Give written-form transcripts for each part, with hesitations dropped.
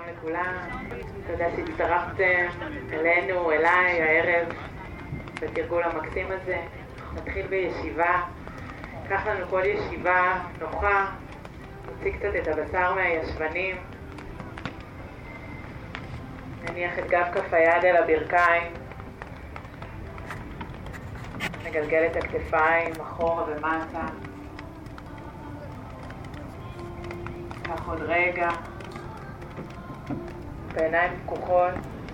לכולם, תודה שהצטרפתם אלינו, אליי, הערב, בתרגול המקסים הזה. נתחיל בישיבה, קח לנו כל ישיבה נוחה, נוציא קצת את הבשר מהישבנים, נניח את גב כף היד אל הברכיים, נגלגל את הכתפיים אחורה ומטה, קח עוד רגע, בעיניים פקוחות,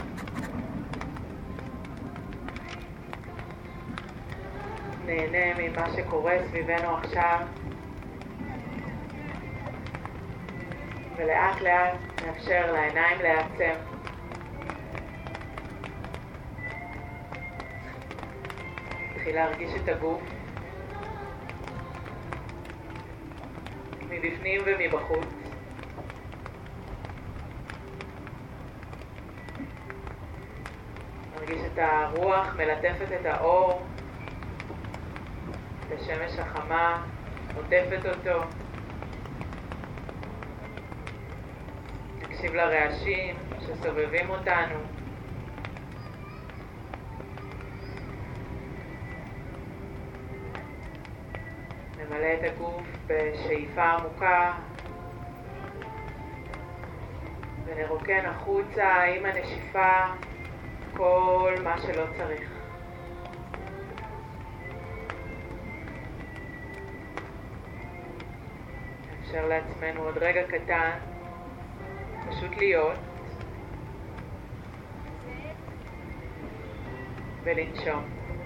נהנה ממה שקורה סביבנו עכשיו, ולאט לאט נאפשר לעיניים להיעצם. נתחיל להרגיש את הגוף מבפנים ומבחוץ. נרגיש את הרוח מלטפת את האור, את השמש החמה, עוטפת אותו. נקשיב לרעשים שסובבים אותנו. נמלא את הגוף בשאיפה עמוקה ונרוקן החוצה עם הנשיפה כל מה שלא צריך. נאפשר לעצמנו עוד רגע קטן פשוט להיות ולנשום.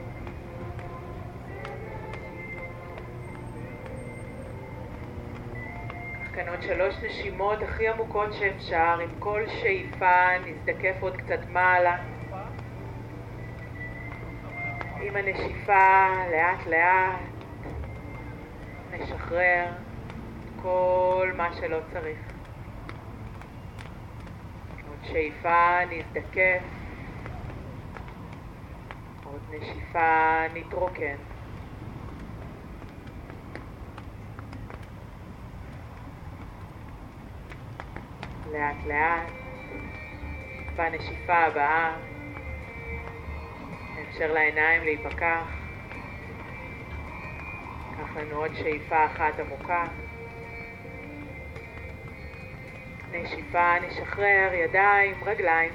כאן עוד 3 נשימות הכי עמוקות שאפשר. עם כל שאיפה נזדקף עוד קצת מעלה. עם הנשיפה לאט לאט נשחרר כל מה שלא צריך. עוד שאיפה נזדקף, עוד נשיפה נתרוקן. לאט לאט, בנשיפה הבאה, נאפשר לעיניים להיפקח. קח לנו עוד שאיפה אחת עמוקה. נשיפה, נשחרר ידיים, רגליים.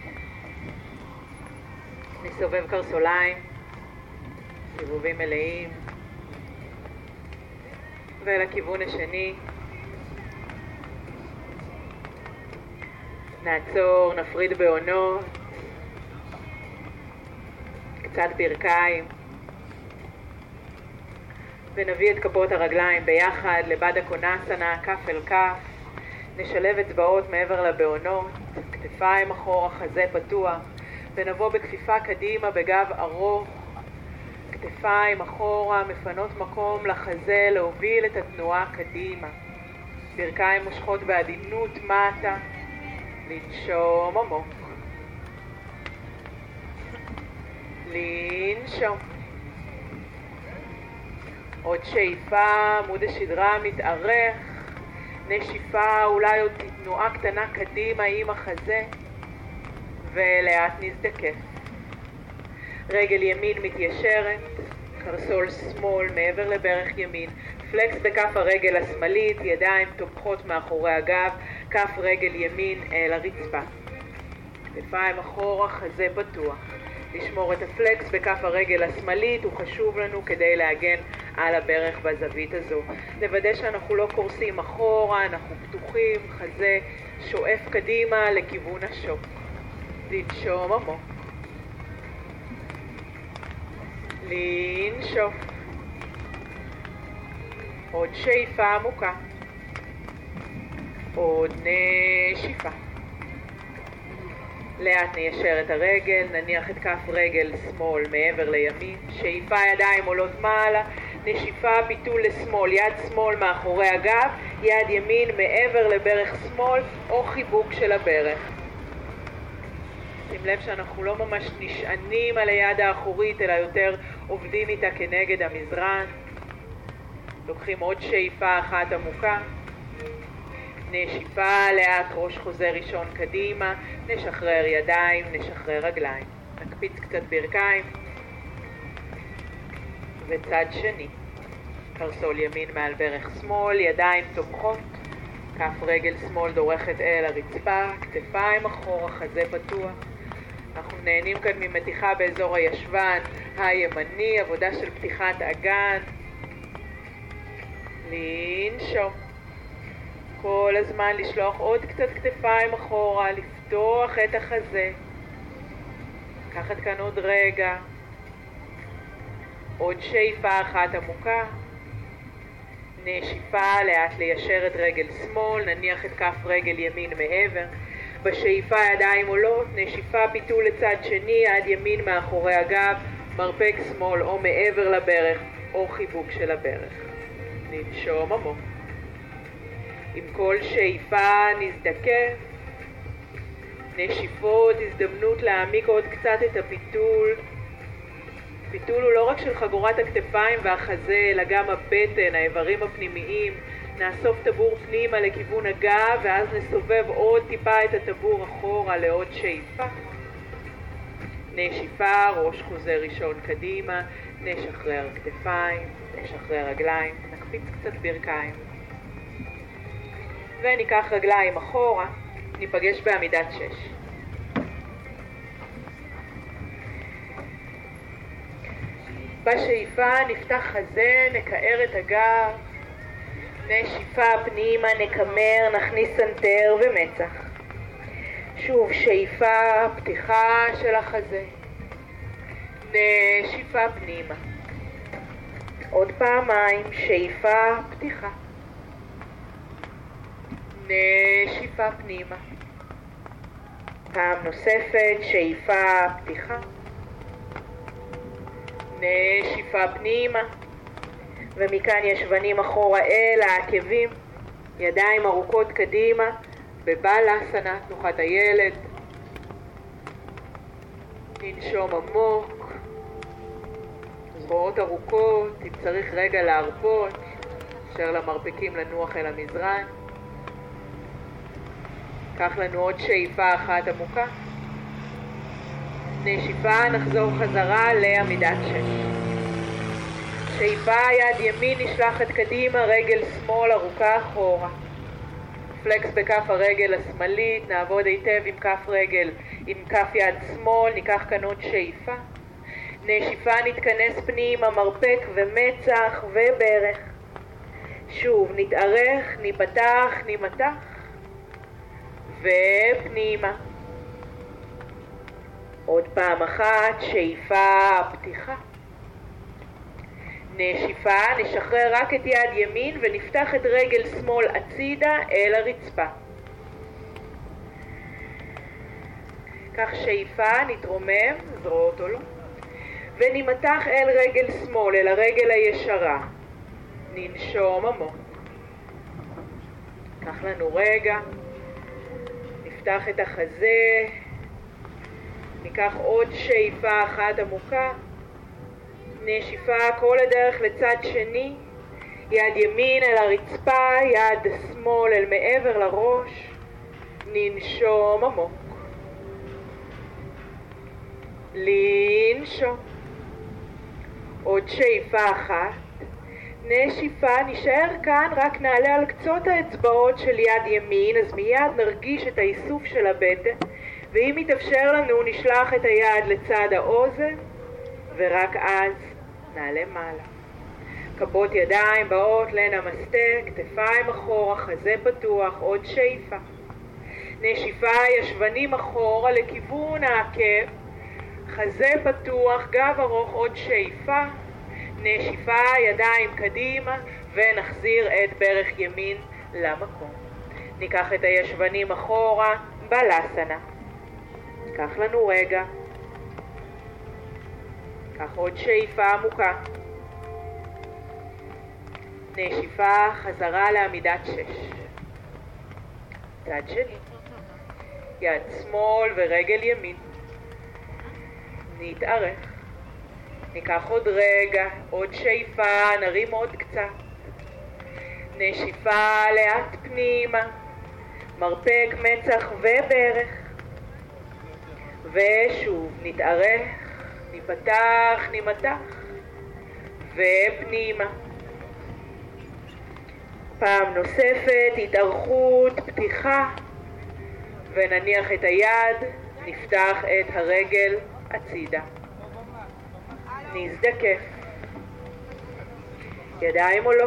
נסובב קרסוליים, סיבובים מלאים. ולכיוון השני. נעצור, נפריד בעונות, קצת ברכיים, ונביא את כפות הרגליים ביחד לבד הקונאסנה, כף אל כף. נשלב אצבעות מעבר לבעונות, כתפיים אחורה, חזה פתוח, ונבוא בכפיפה קדימה בגב ארוך, כתפיים אחורה, מפנות מקום לחזה, להוביל את התנועה קדימה. ברכיים מושכות בעדינות מטה, לנשום עמוק. לנשום. עוד שאיפה, עמוד השדרה מתארך. נשיפה, אולי עוד תנועה קטנה קדימה עם החזה. ולאט נזדקף. רגל ימין מתיישרת. קרסול שמאל מעבר לברך ימין. פלקס בכף הרגל השמאלית, ידיים תומכות מאחורי הגב, כף רגל ימין אל הרצפה. כתפיים אחורה, חזה פתוח. לשמור את הפלקס בכף הרגל השמאלית הוא חשוב לנו כדי להגן על הברך בזווית הזו. לוודא שאנחנו לא קורסים אחורה, אנחנו פתוחים, חזה שואף קדימה לכיוון השוק. לנשום עמוק. לנשום. עוד שאיפה עמוקה. עוד נשיפה. לאט ניישר את הרגל, נניח את כף רגל שמאל מעבר לימין. שאיפה, ידיים עולות מעלה. נשיפה, ביטול לשמאל, יד שמאל מאחורי הגב, יד ימין מעבר לברך שמאל או חיבוק של הברך. שים לב שאנחנו לא ממש נשענים על היד האחורית, אלא יותר עובדים איתה כנגד המזרן. לוקחים עוד שאיפה אחת עמוקה. נשיפה לאט, ראש חוזר ראשון קדימה, נשחרר ידיים, נשחרר רגליים. נקפיץ קצת ברכיים. וצד שני. קרסול ימין מעל ברך שמאל, ידיים תומכות. כף רגל שמאל דורכת אל הרצפה, כתפיים אחורה, חזה פתוח. אנחנו נהנים כאן ממתיחה באזור הישבן הימני, עבודה של פתיחת אגן. לנשום. כל הזמן לשלוח עוד קצת כתפיים אחורה, לפתוח את החזה. לקחת כאן עוד רגע. עוד שאיפה אחת עמוקה. נשיפה, לאט ליישר את רגל שמאל, נניח את כף רגל ימין מעבר. בשאיפה ידיים עולות, נשיפה פיתול לצד שני, יד ימין מאחורי הגב, מרפק שמאל או מעבר לברך או חיבוק של הברך. ננשום עמוק. עם כל שאיפה נזדקף. נשיפות, הזדמנות להעמיק עוד קצת את הפיתול. פיתול הוא לא רק של חגורת הכתפיים והחזה, אלא גם הבטן, האיברים הפנימיים. נאסוף טבור פנימה לכיוון הגב, ואז נסובב עוד טיפה את הטבור אחורה לעוד שאיפה. נשיפה, ראש חוזר ראשון קדימה, נשחרר כתפיים, נשחרר רגליים, נקפיץ קצת ברכיים. וניקח רגליים אחורה, ניפגש בעמידת 6. בשאיפה נפתח חזה, נקער את הגב. נשיפה פנימה, נקמר, נכניס סנטר ומצח. שוב שאיפה, פתיחה של החזה. נשיפה פנימה. עוד פעמיים, שאיפה, פתיחה. נשיפה פנימה. פעם נוספת, שאיפה, פתיחה. נשיפה פנימה. ומכאן ישבנים אחורה אל העקבים, ידיים ארוכות קדימה, בבאלאסנה, תנוחת הילד. ננשום עמוק, זרועות ארוכות, אם צריך רגע להרפות, אפשר למרפקים לנוח אל המזרן. קח לנו עוד שאיפה אחת עמוקה. נשיפה, נחזור חזרה לעמידת 6. שאיפה, יד ימין נשלחת קדימה, רגל שמאל ארוכה אחורה. פלקס בכף הרגל השמאלית, נעבוד היטב עם כף יד שמאל, ניקח כאן עוד שאיפה. נשיפה, נתכנס פנימה, מרפק ומצח וברך. שוב, נתארך, ניפתח, נימתח. ופנימה. עוד פעם אחת, שאיפה, פתיחה. נשיפה, נשחרר רק את יד ימין ונפתח את רגל שמאל הצידה אל הרצפה. כך שאיפה, נתרומם, זרועות עולות. ונמתח אל רגל שמאל, אל הרגל הישרה. ננשום עמוק. קח לנו רגע. נפתח את החזה. ניקח עוד שאיפה אחת עמוקה. נשיפה כל הדרך לצד שני, יד ימין אל הרצפה, יד שמאל אל מעבר לראש. ננשום עמוק. לנשום. עוד שאיפה אחת. נשיפה, נשאר כאן, רק נעלה על קצות האצבעות של יד ימין, אז מיד נרגיש את האיסוף של הבטן, ואם יתאפשר לנו נשלח את היד לצד האוזן, ורק אז נעלה מעלה. כפות ידיים באות לנמסטה, כתפיים אחורה, חזה פתוח, עוד שאיפה. נשיפה, ישבנים אחורה לכיוון העקב, חזה פתוח, גב ארוך, עוד שאיפה. נשיפה, ידיים קדימה, ונחזיר את ברך ימין למקום. ניקח את הישבנים אחורה, בלסנה. ניקח לנו רגע. קח עוד שאיפה עמוקה. נשיפה, חזרה לעמידת 6. צד שני. יד שמאל ורגל ימין. נתארך. ניקח עוד רגע, עוד שאיפה, נרים עוד קצת. נשיפה לאט פנימה. מרפק, מצח וברך. ושוב נתארך, ניפתח, נימתח, ופנימה. פעם נוספת, התארכות, פתיחה, ונניח את היד, נפתח את הרגל הצידה. נזדקף. ידיים עולות.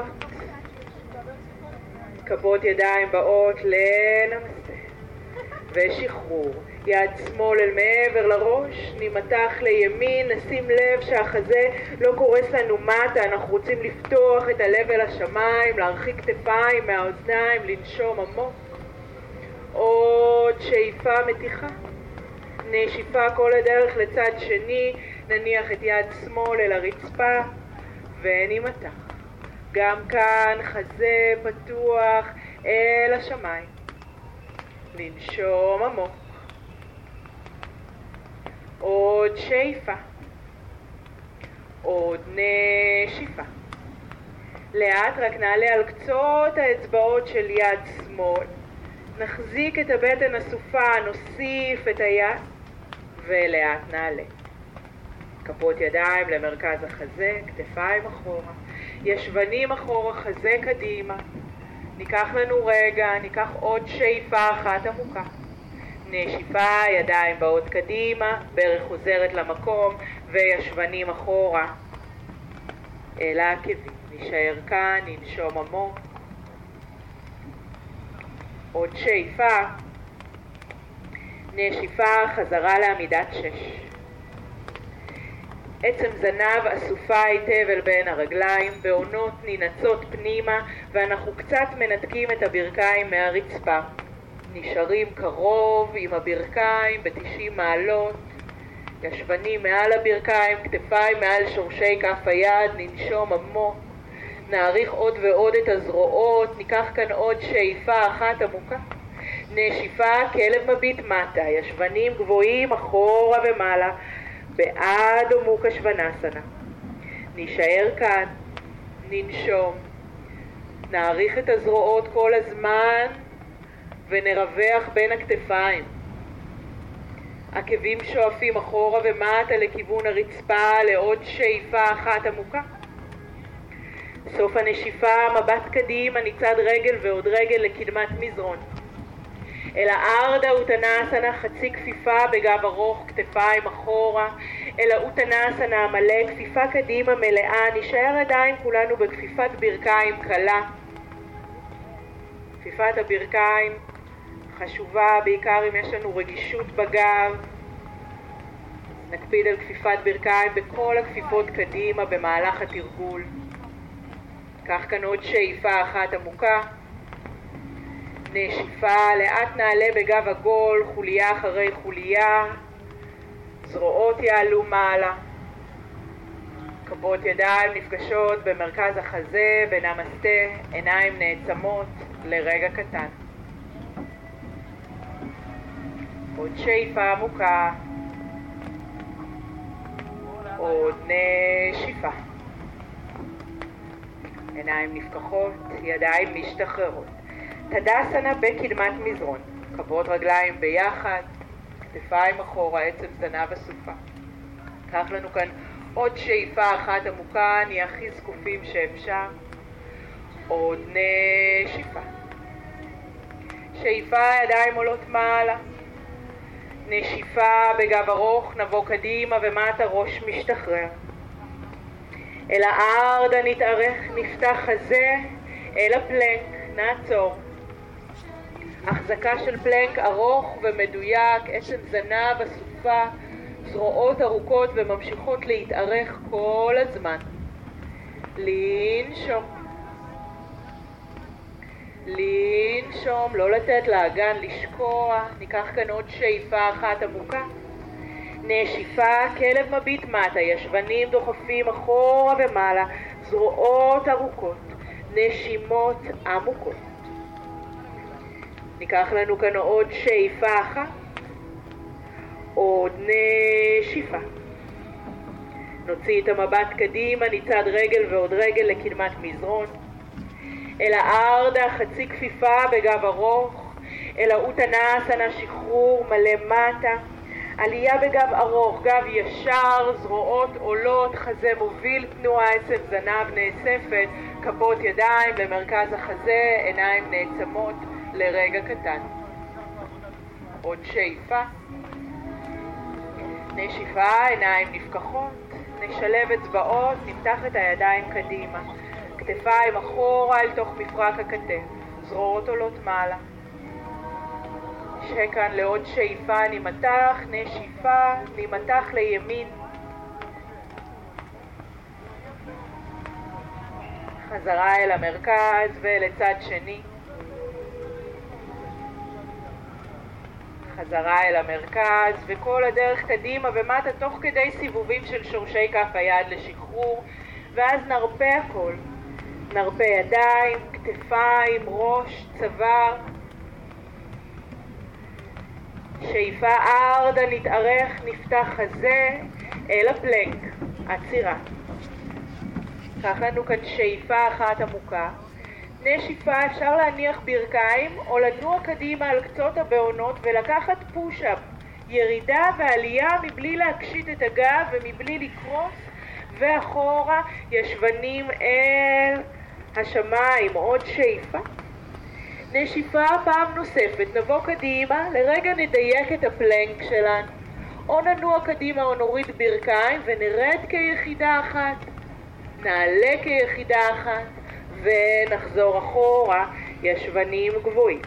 כפות ידיים באות לנמסטה. ושחרור. יד שמאל אל מעבר לראש, נימתח לימין, נשים לב שהחזה לא קורס לנו מטה, אנחנו רוצים לפתוח את הלב אל השמיים, להרחיק כתפיים מהאוזניים, לנשום עמוק. עוד שאיפה מתיחה. נשיפה כל הדרך לצד שני, נניח את יד שמאל אל הרצפה ונימתח. גם כאן חזה פתוח אל השמיים. לנשום עמוק. עוד שאיפה. עוד נשיפה. לאט רק נעלה על קצות האצבעות של יד שמאל. נחזיק את הבטן הסופה, נוסיף את היד ולאט נעלה. כפות ידיים למרכז החזה, כתפיים אחורה, ישבנים אחורה, חזה קדימה. ניקח לנו רגע, ניקח עוד שאיפה אחת עמוקה. נשיפה, ידיים באות קדימה, ברך חוזרת למקום וישבנים אחורה אל העקבים. נשאר כאן, ננשום עמוק. עוד שאיפה, נשיפה, חזרה לעמידת 6. עצם זנב אסופה היטב אל בין הרגליים, בעונות ננצות פנימה ואנחנו קצת מנתקים את הברכיים מהרצפה. נשארים קרוב עם הברכיים ב-90 מעלות, ישבנים מעל הברכיים, כתפיים מעל שורשי כף היד, ננשום עמוק. נעריך עוד ועוד את הזרועות, ניקח כאן עוד שאיפה אחת עמוקה. נשיפה, כלב מביט מטה, ישבנים גבוהים אחורה ומעלה, בעד מוקה שוונסנה. נשאר כאן, ננשום, נעריך את הזרועות כל הזמן ונרווח בין הכתפיים. עקבים שואפים אחורה ומטה לכיוון הרצפה לעוד שאיפה אחת עמוקה. סוף הנשיפה, מבט קדימה, ניצד רגל ועוד רגל לקדמת מזרון. אל הארדה אוטנסנה, חצי כפיפה בגב ארוך, כתפיים אחורה. אל האוטנסנה המלא, כפיפה קדימה מלאה. נשאר עדיין כולנו בכפיפת ברכיים קלה. כפיפת הברכיים חשובה בעיקר אם יש לנו רגישות בגב. נקפיד על כפיפת ברכיים בכל הכפיפות קדימה במהלך התרגול. קח כאן עוד שאיפה אחת עמוקה. נשיפה, לאט נעלה בגב עגול, חוליה אחרי חוליה. זרועות יעלו מעלה. כפות ידיים נפגשות במרכז החזה, בנמסטה, עיניים נעצמות לרגע קטן. עוד שאיפה עמוקה. עוד נשיפה. עיניים נפקחות, ידיים משתחררות. תדסנה בקדמת מזרון. כפות רגליים ביחד, כתפיים אחורה, עצם זנב אסופה. קח לנו כאן עוד שאיפה אחת עמוקה, נהיה הכי זקופים שאפשר. עוד נשיפה. שאיפה, ידיים עולות מעלה. נשיפה בגב ארוך, נבוא קדימה ומטה, ראש משתחרר. אל הארדה נתארך, נפתח חזה, אל הפלנק, נעצור. החזקה של פלנק ארוך ומדויק, עצם זנב אסופה, זרועות ארוכות וממשיכות להתארך כל הזמן. לנשום. לנשום, לא לתת לאגן לשקוע. ניקח כאן עוד שאיפה אחת עמוקה. נשיפה, כלב מביט מטה, ישבנים דוחפים אחורה ומעלה, זרועות ארוכות, נשימות עמוקות. ניקח לנו כאן עוד שאיפה אחת, עוד נשיפה. נוציא את המבט קדימה, ניצד רגל ועוד רגל לקדמת מזרון. אל הארדה, חצי כפיפה בגב ארוך. אלא אוטנאסנה, שחרור מלא מטה. עלייה בגב ארוך, גב ישר, זרועות עולות, חזה מוביל תנועה, עצב זנב נאספת, כפות ידיים למרכז החזה, עיניים נעצמות לרגע קטן. עוד שאיפה. נשיפה, עיניים נפקחות, נשלב אצבעות, נמתח את הידיים קדימה. כתפיים אחורה אל תוך מפרק הכתף, זרועות עולות מעלה. נשהה כאן לעוד שאיפה, נמתח, נשיפה, נמתח לימין. חזרה אל המרכז ולצד שני. חזרה אל המרכז וכל הדרך קדימה ומטה תוך כדי סיבובים של שורשי כף היד לשחרור, ואז נרפה הכל. נרפה ידיים, כתפיים, ראש, צוואר. שאיפה ארדה, נתארך, נפתח חזה אל הפלנק, עצירה. קח לנו כאן שאיפה אחת עמוקה. נשיפה, אפשר להניח ברכיים או לנוע קדימה על קצות הבעונות ולקחת פוש-אפ, ירידה ועלייה מבלי להקשיט את הגב ומבלי לקרוס, ואחורה ישבנים אל השמיים. עוד שאיפה. נשיפה פעם נוספת, נבוא קדימה, לרגע נדייק את הפלנק שלנו, או ננוע קדימה או נוריד ברכיים ונרד כיחידה אחת, נעלה כיחידה אחת ונחזור אחורה, ישבנים גבוהים.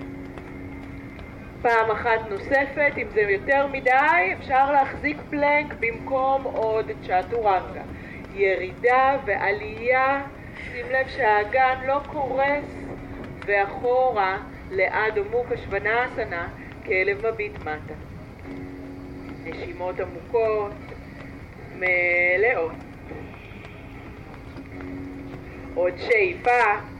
פעם אחת נוספת, אם זה יותר מדי, אפשר להחזיק פלנק במקום עוד צ'אטורנגה. ירידה ועלייה, שים לב שהאגן לא קורס, ואחורה לאדו מוקה שוונאסנה, כלב מביט מטה. נשימות עמוקות, מלאות. עוד שאיפה.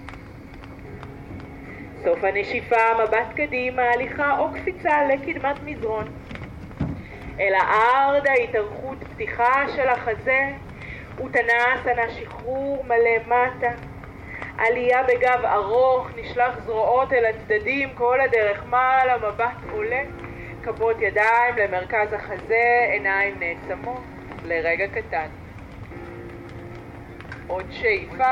סוף הנשיפה, מבט קדימה, הליכה או קפיצה לקדמת מזרון. אל הארדה, התארכות פתיחה של החזה, אוטנאסנה, שחרור מלא מטה. עלייה בגב ארוך, נשלח זרועות אל הצדדים, כל הדרך מעלה, מבט עולה, כפות ידיים למרכז החזה, עיניים נעצמות לרגע קטן. עוד שאיפה.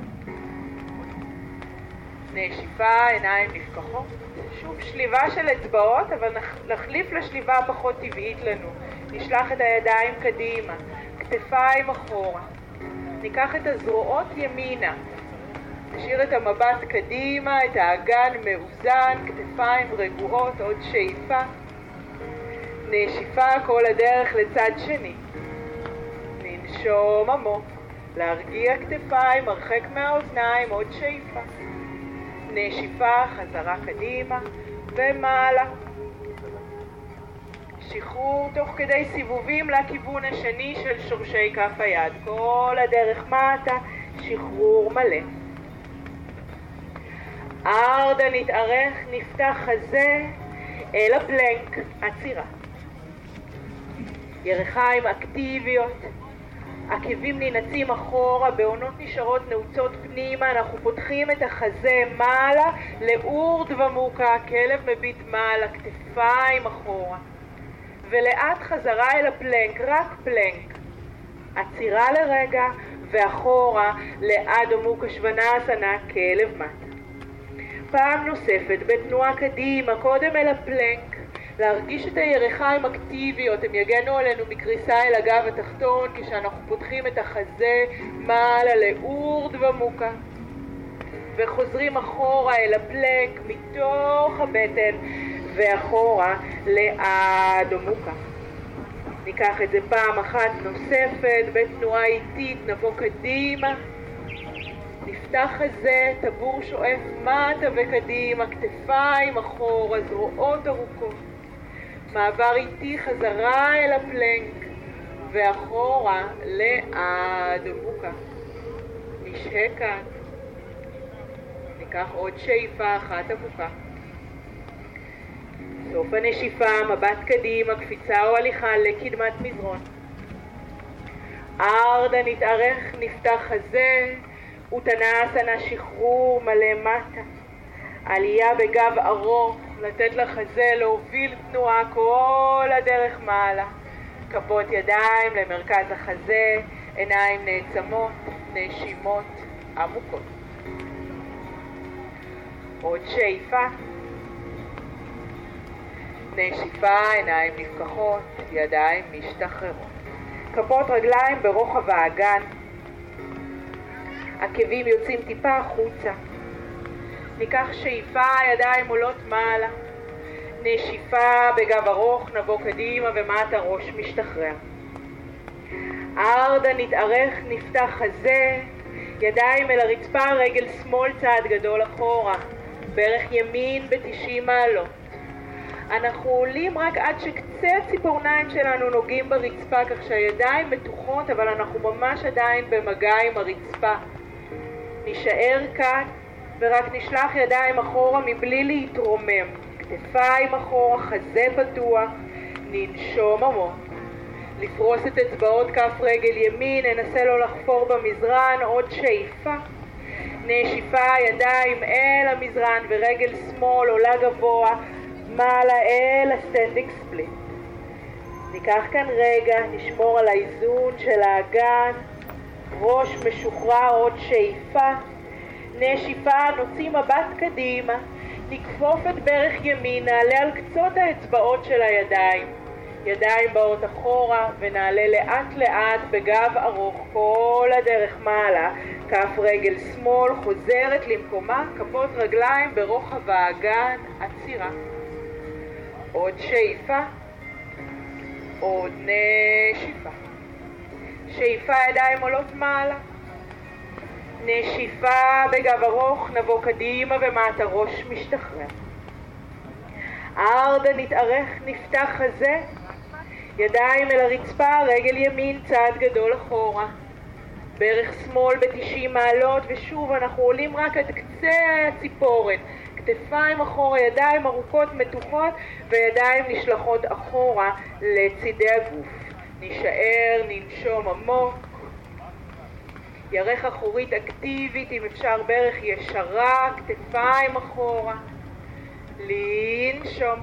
נשיפה, עיניים נפקחות. שוב שליבה של אצבעות, אבל נחליף לשליבה פחות טבעית לנו. נשלח את הידיים קדימה, כתפיים אחורה. ניקח את הזרועות ימינה. נשאיר את המבט קדימה, את האגן מאוזן, כתפיים רגועות. עוד שאיפה. נשיפה, כל הדרך לצד שני. ננשום עמוק. להרגיע כתפיים, הרחק מהאוזניים. עוד שאיפה. נשיפה, חזרה קדימה ומעלה. שחרור תוך כדי סיבובים לכיוון השני של שורשי כף היד. כל הדרך מטה, שחרור מלא. ארדה, נתארך, נפתח חזה אל הפלנק, עצירה. ירכיים אקטיביות, עקבים ננצים אחורה, בעונות נשארות נעוצות פנימה, אנחנו פותחים את החזה מעלה לאורדווה מוקה, כלב מביט מעלה, כתפיים אחורה. ולאט חזרה אל הפלנק, רק פלנק. עצירה לרגע ואחורה לאדו מוקה שוונאסנה, כלב מטה. פעם נוספת בתנועה קדימה, קודם אל הפלנק, להרגיש את הירכיים אקטיביות, הם יגנו עלינו מקריסה אל הגב התחתון, כשאנחנו פותחים את החזה מעלה לאורדווה מוקה. וחוזרים אחורה אל הפלנק מתוך הבטן ואחורה לאדו מוקה. ניקח את זה פעם אחת נוספת, בתנועה איטית נבוא קדימה. נפתח חזה, טבור שואף מטה וקדימה, כתפיים אחורה, זרועות ארוכות. מעבר איטי חזרה אל הפלנק ואחורה לאדו מוקה. נשהה כאן. ניקח עוד שאיפה אחת עמוקה. סוף הנשיפה, מבט קדימה, קפיצה או הליכה לקדמת מזרון. ארדה, נתארך, נפתח חזה, אוטנאסנה, שחרור מלא מטה. עלייה בגב ארוך, לתת לחזה להוביל תנועה כל הדרך מעלה. כפות ידיים למרכז החזה, עיניים נעצמות, נשימות עמוקות. עוד שאיפה. נשיפה, עיניים נפקחות, ידיים משתחררות. כפות רגליים ברוחב האגן. עקבים יוצאים טיפה החוצה. ניקח שאיפה, ידיים עולות מעלה. נשיפה בגב ארוך, נבוא קדימה ומטה, ראש משתחרר. ארדה נתארך, נפתח חזה, ידיים אל הרצפה, רגל שמאל צעד גדול אחורה, ברך ימין ב-90 מעלות. אנחנו עולים רק עד שקצה הציפורניים שלנו נוגעים ברצפה, כך שהידיים מתוחות, אבל אנחנו ממש עדיין במגע עם הרצפה. נשאר כאן ורק נשלח ידיים אחורה מבלי להתרומם. כתפיים אחורה, חזה פתוח, ננשום עמוק. לפרוס את אצבעות כף רגל ימין, ננסה לא לחפור במזרן, עוד שאיפה. נשיפה, ידיים אל המזרן ורגל שמאל עולה גבוה, מעלה אל הסטנדינג ספליט. ניקח כאן רגע, נשמור על האיזון של האגן, ראש משוחרר, עוד שאיפה. נשיפה, נוציא מבט קדימה, נכפוף את ברך ימין, נעלה על קצות האצבעות של הידיים. ידיים באות אחורה ונעלה לאט לאט בגב ארוך כל הדרך מעלה. כף רגל שמאל חוזרת למקומה, כפות רגליים ברוחב האגן, עצירה. עוד שאיפה, עוד נשיפה. שאיפה, ידיים עולות מעלה. נשיפה בגב ארוך, נבוא קדימה ומטה, ראש משתחרר. ארדה נתארך, נפתח חזה, ידיים אל הרצפה, רגל ימין צעד גדול אחורה, ברך שמאל ב-90 מעלות, ושוב אנחנו עולים רק עד קצה הציפורן, כתפיים אחורה, ידיים ארוכות מתוחות וידיים נשלחות אחורה לצידי הגוף. נשאר, ננשום עמוק, ירך אחורית אקטיבית, אם אפשר ברך ישרה, כתפיים אחורה, לנשום.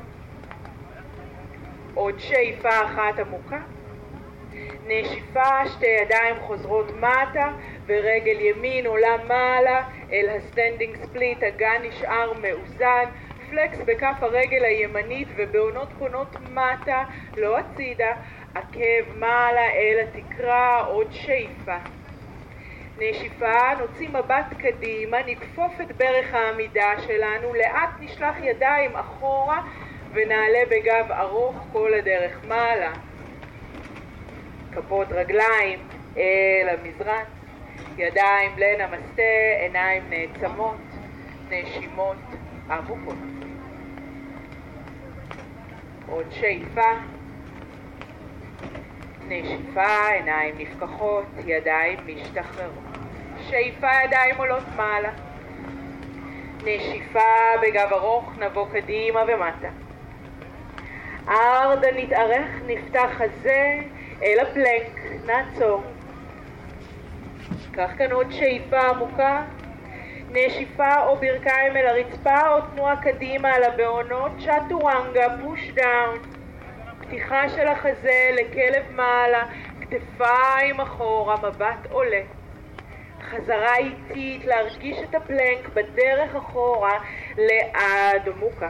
עוד שאיפה אחת עמוקה. נשיפה, שתי ידיים חוזרות מטה ורגל ימין עולה מעלה אל הסטנדינג ספליט, הגן נשאר מאוזן, פלקס בכף הרגל הימנית ובעונות פונות מטה, לא הצידה, עקב מעלה אל התקרה, עוד שאיפה. נשיפה, נוציא מבט קדימה, נכפוף את ברך העמידה שלנו, לאט נשלח ידיים אחורה ונעלה בגב ארוך כל הדרך מעלה. כפות רגליים אל המזרן, ידיים לנמסטה, עיניים נעצמות, נשימות עמוקות. עוד שאיפה. נשיפה, עיניים נפקחות, ידיים משתחררות. שאיפה, ידיים עולות מעלה. נשיפה בגב ארוך, נבוא קדימה ומטה. ארדה נתארך, נפתח חזה אל הפלנק, נעצור. קח כאן עוד שאיפה עמוקה. נשיפה או ברכיים אל הרצפה או תנועה קדימה על הבעונות, צ'טורנגה, פוש דאון. פתיחה של החזה לכלב מעלה, כתפיים אחורה, מבט עולה. חזרה איטית, להרגיש את הפלנק בדרך אחורה לאדו מוקה.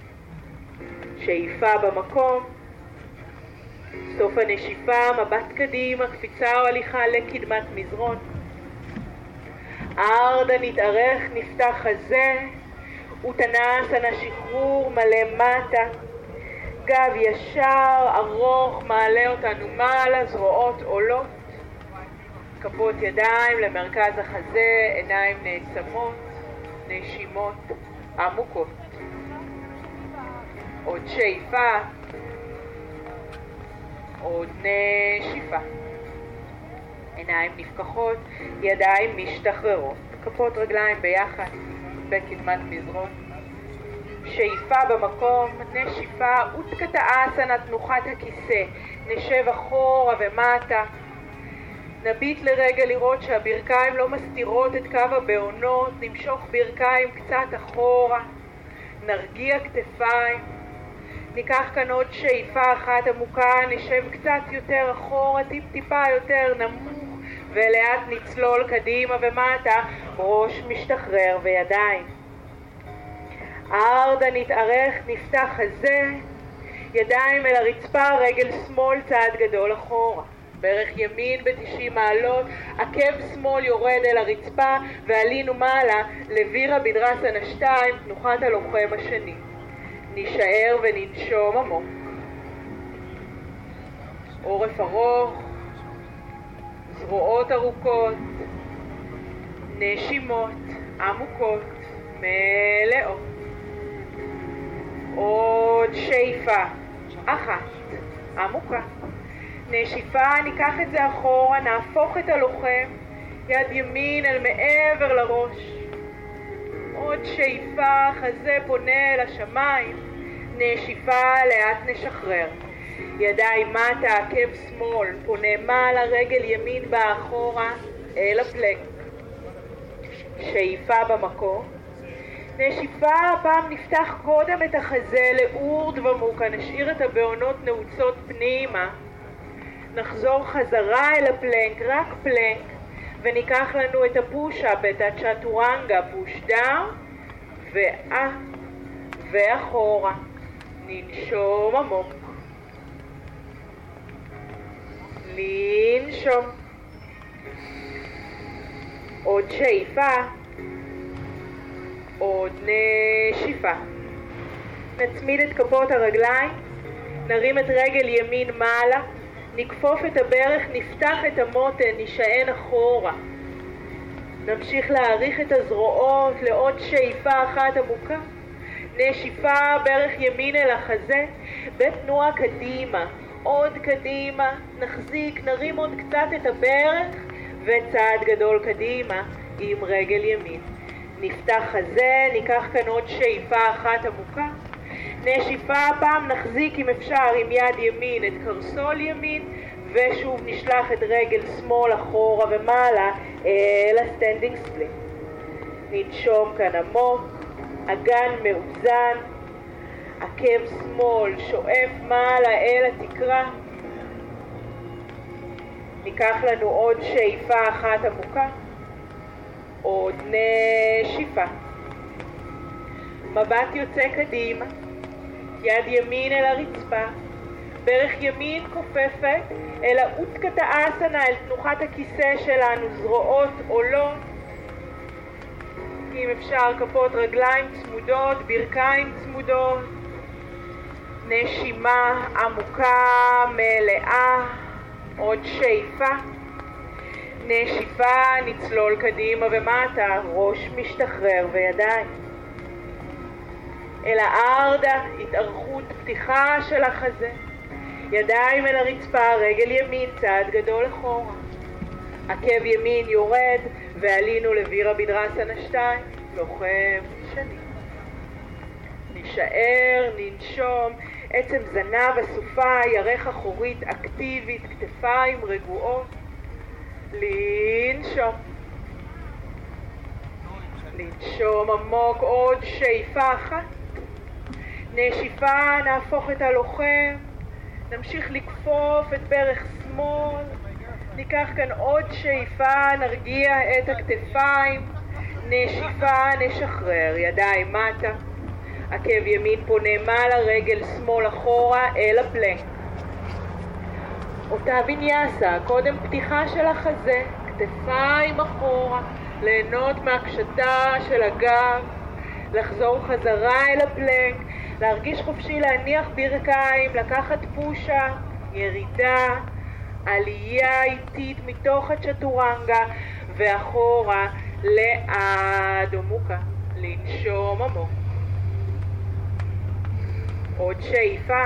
שאיפה במקום. סוף הנשיפה, מבט קדימה, קפיצה או הליכה לקדמת מזרון. ארדה נתארך, נפתח חזה, אוטנסנה, שחרור מלא מטה. גב ישר, ארוך, מעלה אותנו מעלה, זרועות עולות. כפות ידיים למרכז החזה, עיניים נעצמות, נשימות עמוקות. עוד שאיפה, עוד נשיפה. עיניים נפקחות, ידיים משתחררות. כפות רגליים ביחד, בקדמת מזרון. שאיפה במקום, נשיפה, אוטקטה אסנה, תנוחת הכיסא. נשב אחורה ומטה. נביט לרגע לראות שהברכיים לא מסתירות את קו הבעונות, נמשוך ברכיים קצת אחורה, נרגיע כתפיים, ניקח כאן עוד שאיפה אחת עמוקה, נשב קצת יותר אחורה, טיפה יותר נמוך, ולאט נצלול קדימה ומטה, ראש משתחרר וידיים. ארדה נתארך, נפתח חזה, ידיים אל הרצפה, רגל שמאל צעד גדול אחורה. ברך ימין ב-90 מעלות, עקב שמאל יורד אל הרצפה, ועלינו מעלה לווירה בדרסנה 2, תנוחת הלוחם השני. נשאר וננשום עמוק. עורף ארוך, זרועות ארוכות, נשימות עמוקות, מלאות. עוד שאיפה אחת עמוקה. נשיפה, ניקח את זה אחורה, נהפוך את הלוחם, יד ימין אל מעבר לראש. עוד שאיפה, חזה פונה אל השמיים. נשיפה, לאט נשחרר. ידיים מטה, עקב שמאל, פונה מעלה, רגל ימין באחורה, אל הפלנק. שאיפה במקום. נשיפה, הפעם נפתח קודם את החזה לאורד ומוקה, נשאיר את הבעונות נעוצות פנימה. נחזור חזרה אל הפלנק, רק פלנק, וניקח לנו את הפוש-אפ, את הצ'טורנגה, פוש דאון, ואחורה. ננשום עמוק. לנשום. עוד שאיפה. עוד נשיפה. נצמיד את כפות הרגליים, נרים את רגל ימין מעלה, נכפוף את הברך, נפתח את המותן, נשען אחורה. נמשיך להאריך את הזרועות לעוד שאיפה אחת עמוקה. נשיפה, ברך ימין אל החזה, בתנועה קדימה, עוד קדימה, נחזיק, נרים עוד קצת את הברך, וצעד גדול קדימה עם רגל ימין. נפתח חזה, ניקח כאן עוד שאיפה אחת עמוקה. נשיפה, פעם נחזיק אם אפשר עם יד ימין את קרסול ימין, ושוב נשלח את רגל שמאל אחורה ומעלה אל הסטנדינג ספליט. ננשום כאן עמוק, אגן מאוזן, עקב שמאל שואף מעלה אל התקרה. ניקח לנו עוד שאיפה אחת עמוקה. עוד נשיפה. מבט יוצא קדימה, יד ימין אל הרצפה, ברך ימין כופפת אל האותקת האסנה, אל תנוחת הכיסא שלנו, זרועות עולות, אם אפשר כפות רגליים צמודות, ברכיים צמודות, נשימה עמוקה מלאה, עוד שאיפה. נשיפה, נצלול קדימה ומטה, ראש משתחרר וידיים. אל הארדה, התארכות פתיחה של החזה. ידיים אל הרצפה, רגל ימין, צעד גדול אחורה. עקב ימין יורד, ועלינו לווירה בדרסנה 2, לוחם שני. נשאר, ננשום, עצם זנב, הסופה, ירך אחורית אקטיבית, כתפיים רגועות. לנשום. לנשום עמוק, עוד שאיפה אחת. נשיפה, נהפוך את הלוחם, נמשיך לכפוף את ברך שמאל, ניקח כאן עוד שאיפה, נרגיע את הכתפיים. נשיפה, נשחרר, ידיים מטה, עקב ימין פונה מעלה, רגל שמאל אחורה אל הפלנק. אותה ויניאסה, קודם פתיחה של החזה, כתפיים אחורה, ליהנות מהקשתה של הגב, לחזור חזרה אל הפלנק, להרגיש חופשי להניח ברכיים, לקחת פושה, ירידה, עלייה איטית מתוך הצ'טורנגה ואחורה לאדו מוקה. לנשום עמוק. עוד שאיפה,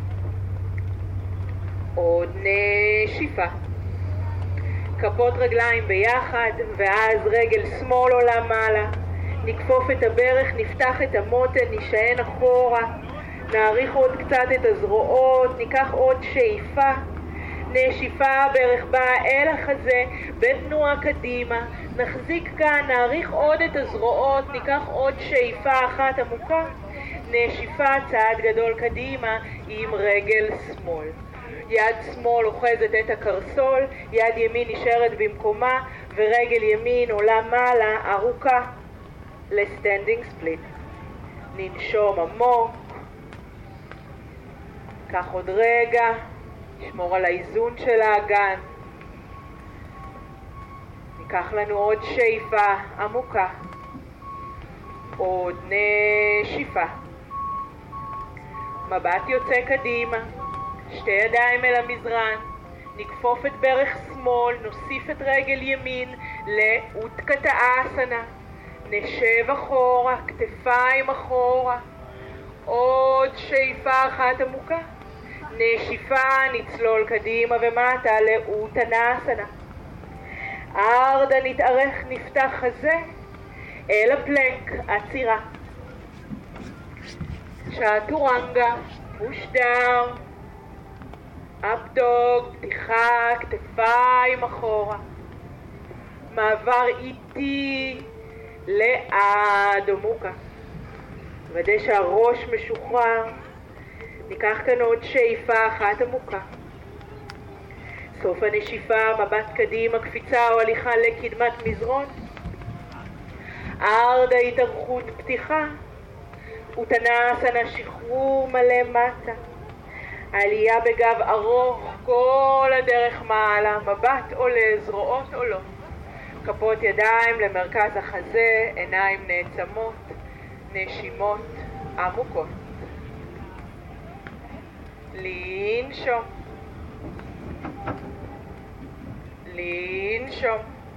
עוד נשיפה. כפות רגליים ביחד, ואז רגל שמאל עולה מעלה. נכפוף את הברך, נפתח את המותן, נשען אחורה, נאריך עוד קצת את הזרועות, ניקח עוד שאיפה. נשיפה, ברך באה אל החזה, בתנועה קדימה. נחזיק כאן, נאריך עוד את הזרועות, ניקח עוד שאיפה אחת עמוקה. נשיפה צעד גדול קדימה עם רגל שמאל. יד שמאל אוחזת את הקרסול, יד ימין נשארת במקומה, ורגל ימין עולה מעלה ארוכה לסטנדינג ספליט. ננשום עמוק. קח עוד רגע, נשמור על האיזון של האגן. ניקח לנו עוד שאיפה עמוקה. עוד נשיפה. מבט יוצא קדימה. שתי ידיים אל המזרן. נכפוף את ברך שמאל, נוסיף את רגל ימין לאותקתא אסנה. נשב אחורה, כתפיים אחורה. עוד שאיפה אחת עמוקה. נשיפה, נצלול קדימה ומטה לאותנסנה. ארדה נתארך, נפתח חזה אל הפלנק, עצירה. צ'אטורנגה, פוש דאון, אפ דוג, פתיחה, כתפיים אחורה. מעבר איטי לאדו מוקה. ודא שהראש משוחרר. ניקח כאן עוד שאיפה אחת עמוקה. סוף הנשיפה, מבט קדימה, קפיצה או הליכה לקדמת מזרון. ארדה התארכות פתיחה. אותנסנה שחרור מלא מטה. עלייה בגב ארוך כל הדרך מעלה, מבט עולה, זרועות עולות. כפות ידיים למרכז החזה, עיניים נעצמות, נשימות עמוקות. לנשום. לנשום.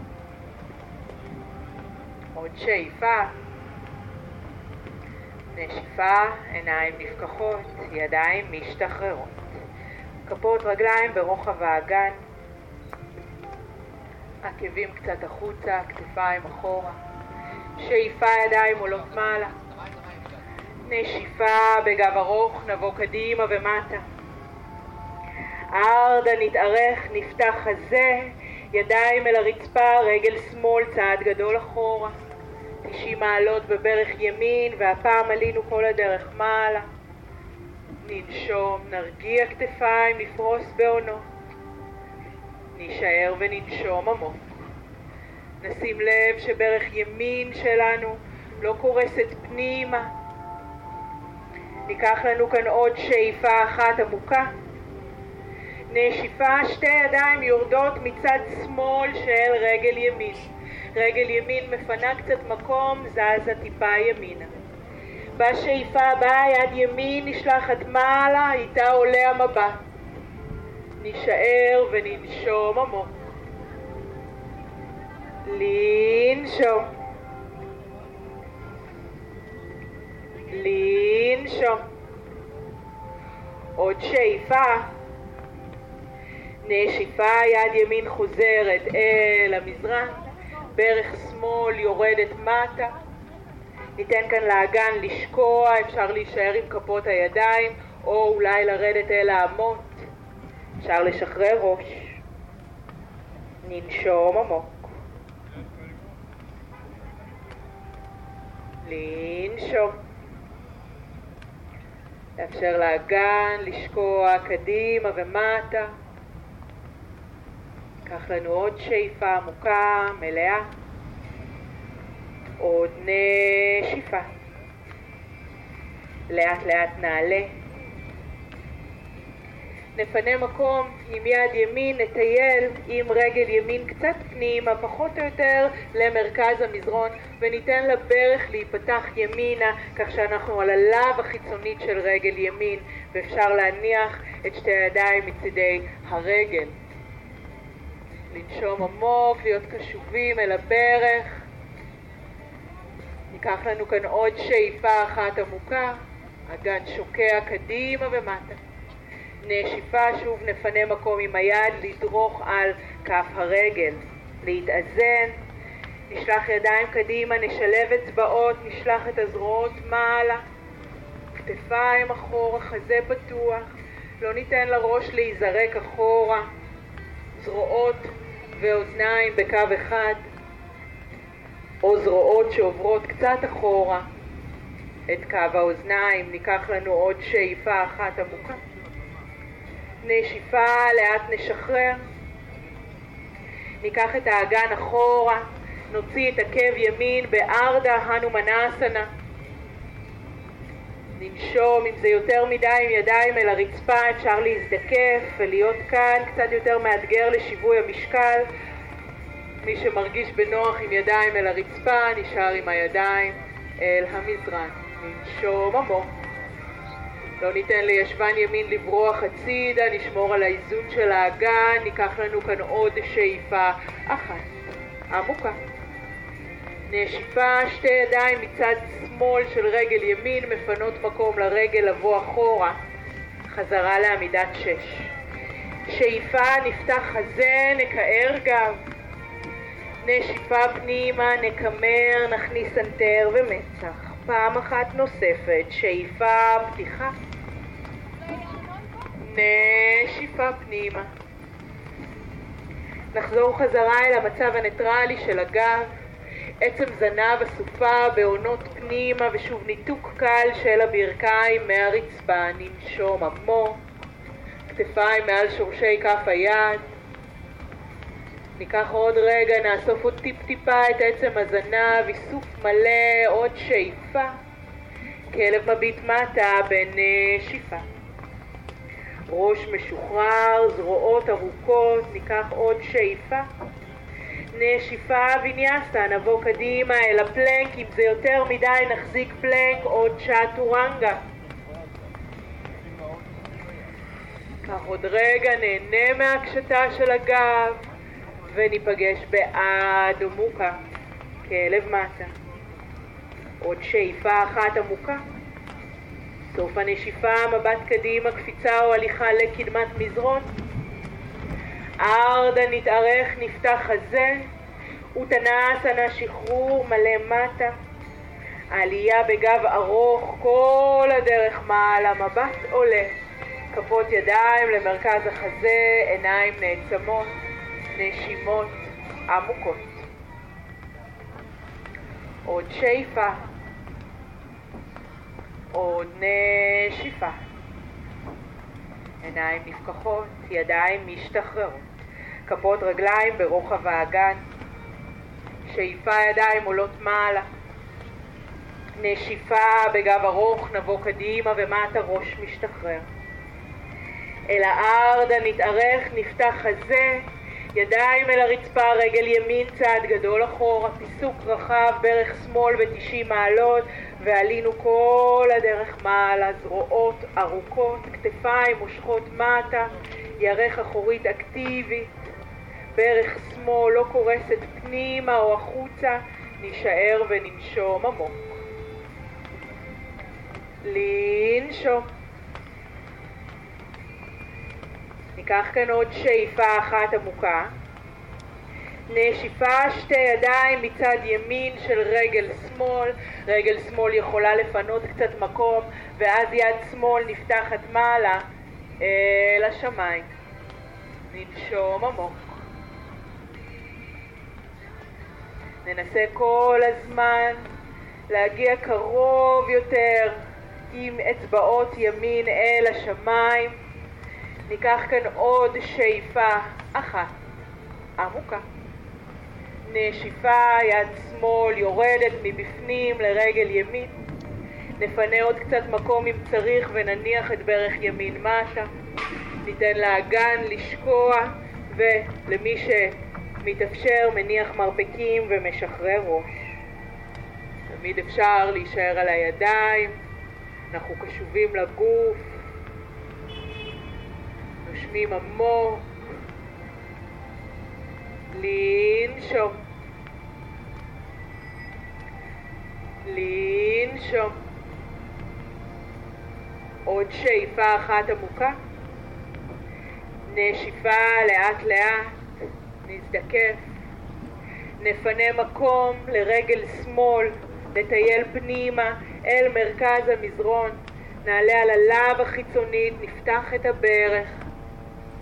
עוד שאיפה. נשיפה, עיניים נפקחות, ידיים משתחררות. כפות רגליים ברוחב האגן. עקבים קצת החוצה, כתפיים אחורה. שאיפה, ידיים עולות מעלה. נשיפה בגב ארוך, נבוא קדימה ומטה. ארדה נתארך, נפתח חזה, ידיים אל הרצפה, רגל שמאל, צעד גדול אחורה. 90 מעלות בברך ימין, והפעם עלינו כל הדרך מעלה. ננשום, נרגיע כתפיים, נפרוס בעונות. נשאר וננשום עמוק. נשים לב שברך ימין שלנו לא קורסת פנימה. ניקח לנו כאן עוד שאיפה אחת עמוקה. נשיפה, שתי ידיים יורדות מצד שמאל של רגל ימין. רגל ימין מפנה קצת מקום, זזה טיפה ימינה. בשאיפה הבאה יד ימין נשלחת מעלה, איתה עולה המבט. נשאר וננשום עמוק. לנשום. לנשום. עוד שאיפה. נשיפה, יד ימין חוזרת אל המזרן. ברך שמאל יורדת מטה. ניתן כאן לאגן לשקוע, אפשר להישאר עם כפות הידיים או אולי לרדת אל האמות. אפשר לשחרר ראש. ננשום עמוק. לנשום. לאפשר לאגן לשקוע קדימה ומטה. קח לנו עוד שאיפה עמוקה, מלאה. עוד נשיפה. לאט לאט נעלה. נפנה מקום עם יד ימין, נטייל עם רגל ימין קצת פנימה, פחות או יותר למרכז המזרון, וניתן לברך להיפתח ימינה, כך שאנחנו על הלב החיצונית של רגל ימין, ואפשר להניח את שתי הידיים מצדי הרגל. לנשום עמוק, להיות קשובים אל הברך. ניקח לנו כאן עוד שאיפה אחת עמוקה, אגן שוקע קדימה ומטה. נשיפה, שוב נפנה מקום עם היד, לדרוך על כף הרגל, להתאזן. נשלח ידיים קדימה, נשלב אצבעות, נשלח את הזרועות מעלה, כתפיים אחורה, חזה פתוח. לא ניתן לראש להיזרק אחורה, זרועות ואוזניים בקו אחד, או זרועות שעוברות קצת אחורה. את קו האוזניים. ניקח לנו עוד שאיפה אחת עמוקה. נשיפה, לאט נשחרר. ניקח את האגן אחורה, נוציא את עקב ימין בארדה הנומנסנה. ננשום. אם זה יותר מדי עם ידיים אל הרצפה, אפשר להזדקף ולהיות כאן קצת יותר מאתגר לשיווי המשקל. מי שמרגיש בנוח עם ידיים אל הרצפה, נשאר עם הידיים אל המזרן. ננשום עמוק. לא ניתן לישבן ימין לברוח הצידה, נשמור על האיזון של האגן. ניקח לנו כאן עוד שאיפה אחת עמוקה. נשיפה, שתי ידיים מצד שמאל של רגל ימין, מפנות מקום לרגל לבוא אחורה. חזרה לעמידת 6. שאיפה, נפתח חזה, נקער גב. נשיפה פנימה, נקמר, נכניס אנטר ומצח. פעם אחת נוספת, שאיפה, פתיחה. נשיפה פנימה. נחזור חזרה אל המצב הניטרלי של הגב. עצם זנב הסופה בעונות פנימה, ושוב ניתוק קל של הברכיים מהרצפה. ננשום עמוק. כתפיים מעל שורשי כף היד. ניקח עוד רגע, נאסוף עוד טיפה את עצם הזנב, איסוף מלא, עוד שאיפה. כלב מביט מטה בנשיפה. ראש משוחרר, זרועות ארוכות. ניקח עוד שאיפה. נשיפה ויניאסה, נבוא קדימה אל הפלנק. אם זה יותר מדי נחזיק פלנק, עוד צ'אטורנגה. קח עוד רגע, נהנה מהקשתה של הגב, וניפגש באדו מוקה, כלב מטה. עוד שאיפה אחת עמוקה. סוף הנשיפה, מבט קדימה, קפיצה או הליכה לקדמת מזרון. ארדה נתארך, נפתח חזה. ותנאסנה, שחרור מלא מטה. העלייה בגב ארוך כל הדרך מעלה, מבט עולה. כפות ידיים למרכז החזה, עיניים נעצמות. נשימות עמוקות. עוד שאיפה. עוד נשיפה. עיניים נפקחות, ידיים משתחררות. כפות רגליים ברוחב האגן. שאיפה, ידיים עולות מעלה. נשיפה בגב ארוך, נבוא קדימה ומטה, ראש משתחרר. אל הארדה נתארך, נפתח חזה. ידיים אל הרצפה, רגל ימין צעד גדול אחורה, פיסוק רחב, ברך שמאל ב-90 מעלות, ועלינו כל הדרך מעלה, זרועות ארוכות, כתפיים מושכות מטה, ירך אחורית אקטיבית, ברך שמאל לא קורסת פנימה או החוצה. נשאר וננשום עמוק. לנשום. ניקח כאן עוד שאיפה אחת עמוקה. נשיפה, שתי ידיים מצד ימין של רגל שמאל. רגל שמאל יכולה לפנות קצת מקום, ואז יד שמאל נפתחת מעלה לשמיים. ננשום עמוק. ננסה כל הזמן להגיע קרוב יותר עם אצבעות ימין אל השמיים. ניקח כאן עוד שאיפה אחת עמוקה. נשיפה, יד שמאל יורדת מבפנים לרגל ימין. נפנה עוד קצת מקום אם צריך ונניח את ברך ימין מטה. ניתן לאגן לשקוע, ולמי שמתאפשר מניח מרפקים ומשחרר ראש. תמיד אפשר להישאר על הידיים. אנחנו קשובים לגוף. נושמים עמוק. לנשום. לנשום. עוד שאיפה אחת עמוקה. נשיפה לאט לאט. נזדקף. נפנה מקום לרגל שמאל. נטייל פנימה אל מרכז המזרון. נעלה על הלב החיצונית. נפתח את הברך.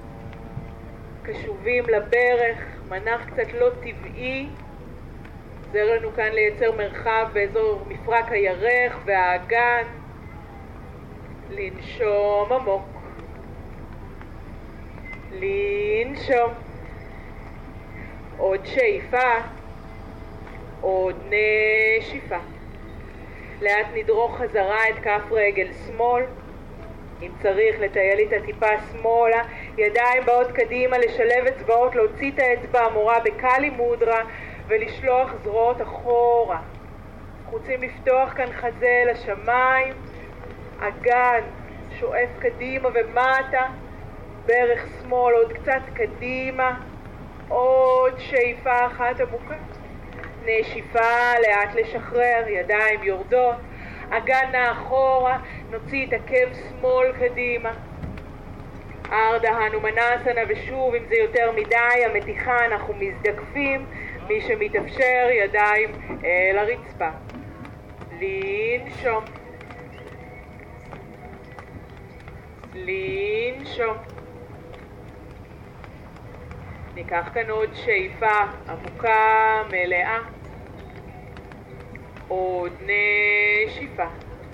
קשובים לברך. מנח קצת לא טבעי. עוזר לנו כאן לייצר מרחב באזור מפרק הירך והאגן. לנשום עמוק. לנשום. עוד שאיפה. עוד נשיפה. לאט נדרוך חזרה את כף רגל שמאל. אם צריך לטייל איתה טיפה שמאלה, ידיים באות קדימה, לשלב אצבעות, להוציא את האצבע המורה בקלי מודרה ולשלוח זרועות אחורה. רוצים לפתוח כאן חזה לשמיים, אגן שואף קדימה ומטה, ברך שמאל עוד קצת קדימה, עוד שאיפה אחת עמוקה. נשיפה, לאט לשחרר, ידיים יורדות, אגן מאחורה, נוציא את עקב שמאל קדימה. ארדה הנומנסנה, ושוב אם זה יותר מדי המתיחה אנחנו מזדקפים, מי שמתאפשר ידיים אל הרצפה. לנשום. לנשום. ניקח כאן עוד שאיפה עמוקה מלאה. עוד נשיפה.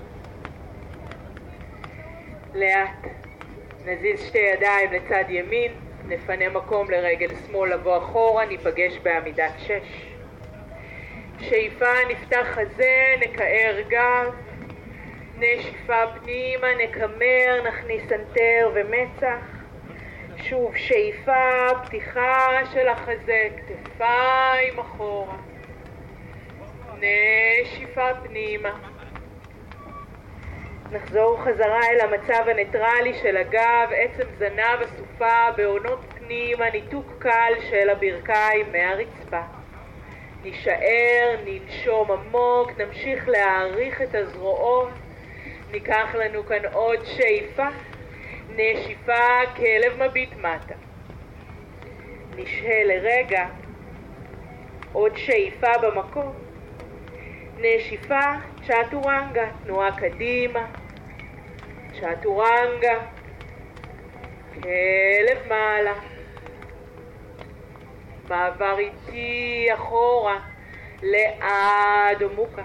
לאט נזיז שתי ידיים לצד ימין, נפנה מקום לרגל שמאל לבוא אחורה, ניפגש בעמידת 6. שאיפה, נפתח חזה, נקער גב. נשיפה פנימה, נקמר, נכניס אנטר ומצח. שוב שאיפה, פתיחה של החזה, כתפיים אחורה. נשיפה פנימה. נחזור חזרה אל המצב הניטרלי של הגב, עצם זנב הסופה, בעונות פנימה, ניתוק קל של הברכיים מהרצפה. נשאר, ננשום עמוק, נמשיך להעריך את הזרועות. ניקח לנו כאן עוד שאיפה. נשיפה, כלב מביט מטה. נשהה לרגע. עוד שאיפה במקום. נשיפה, צ'אטורנגה, תנועה קדימה. צ'אטורנגה. כלב מעלה. מעבר איטי אחורה לעד עמוקה.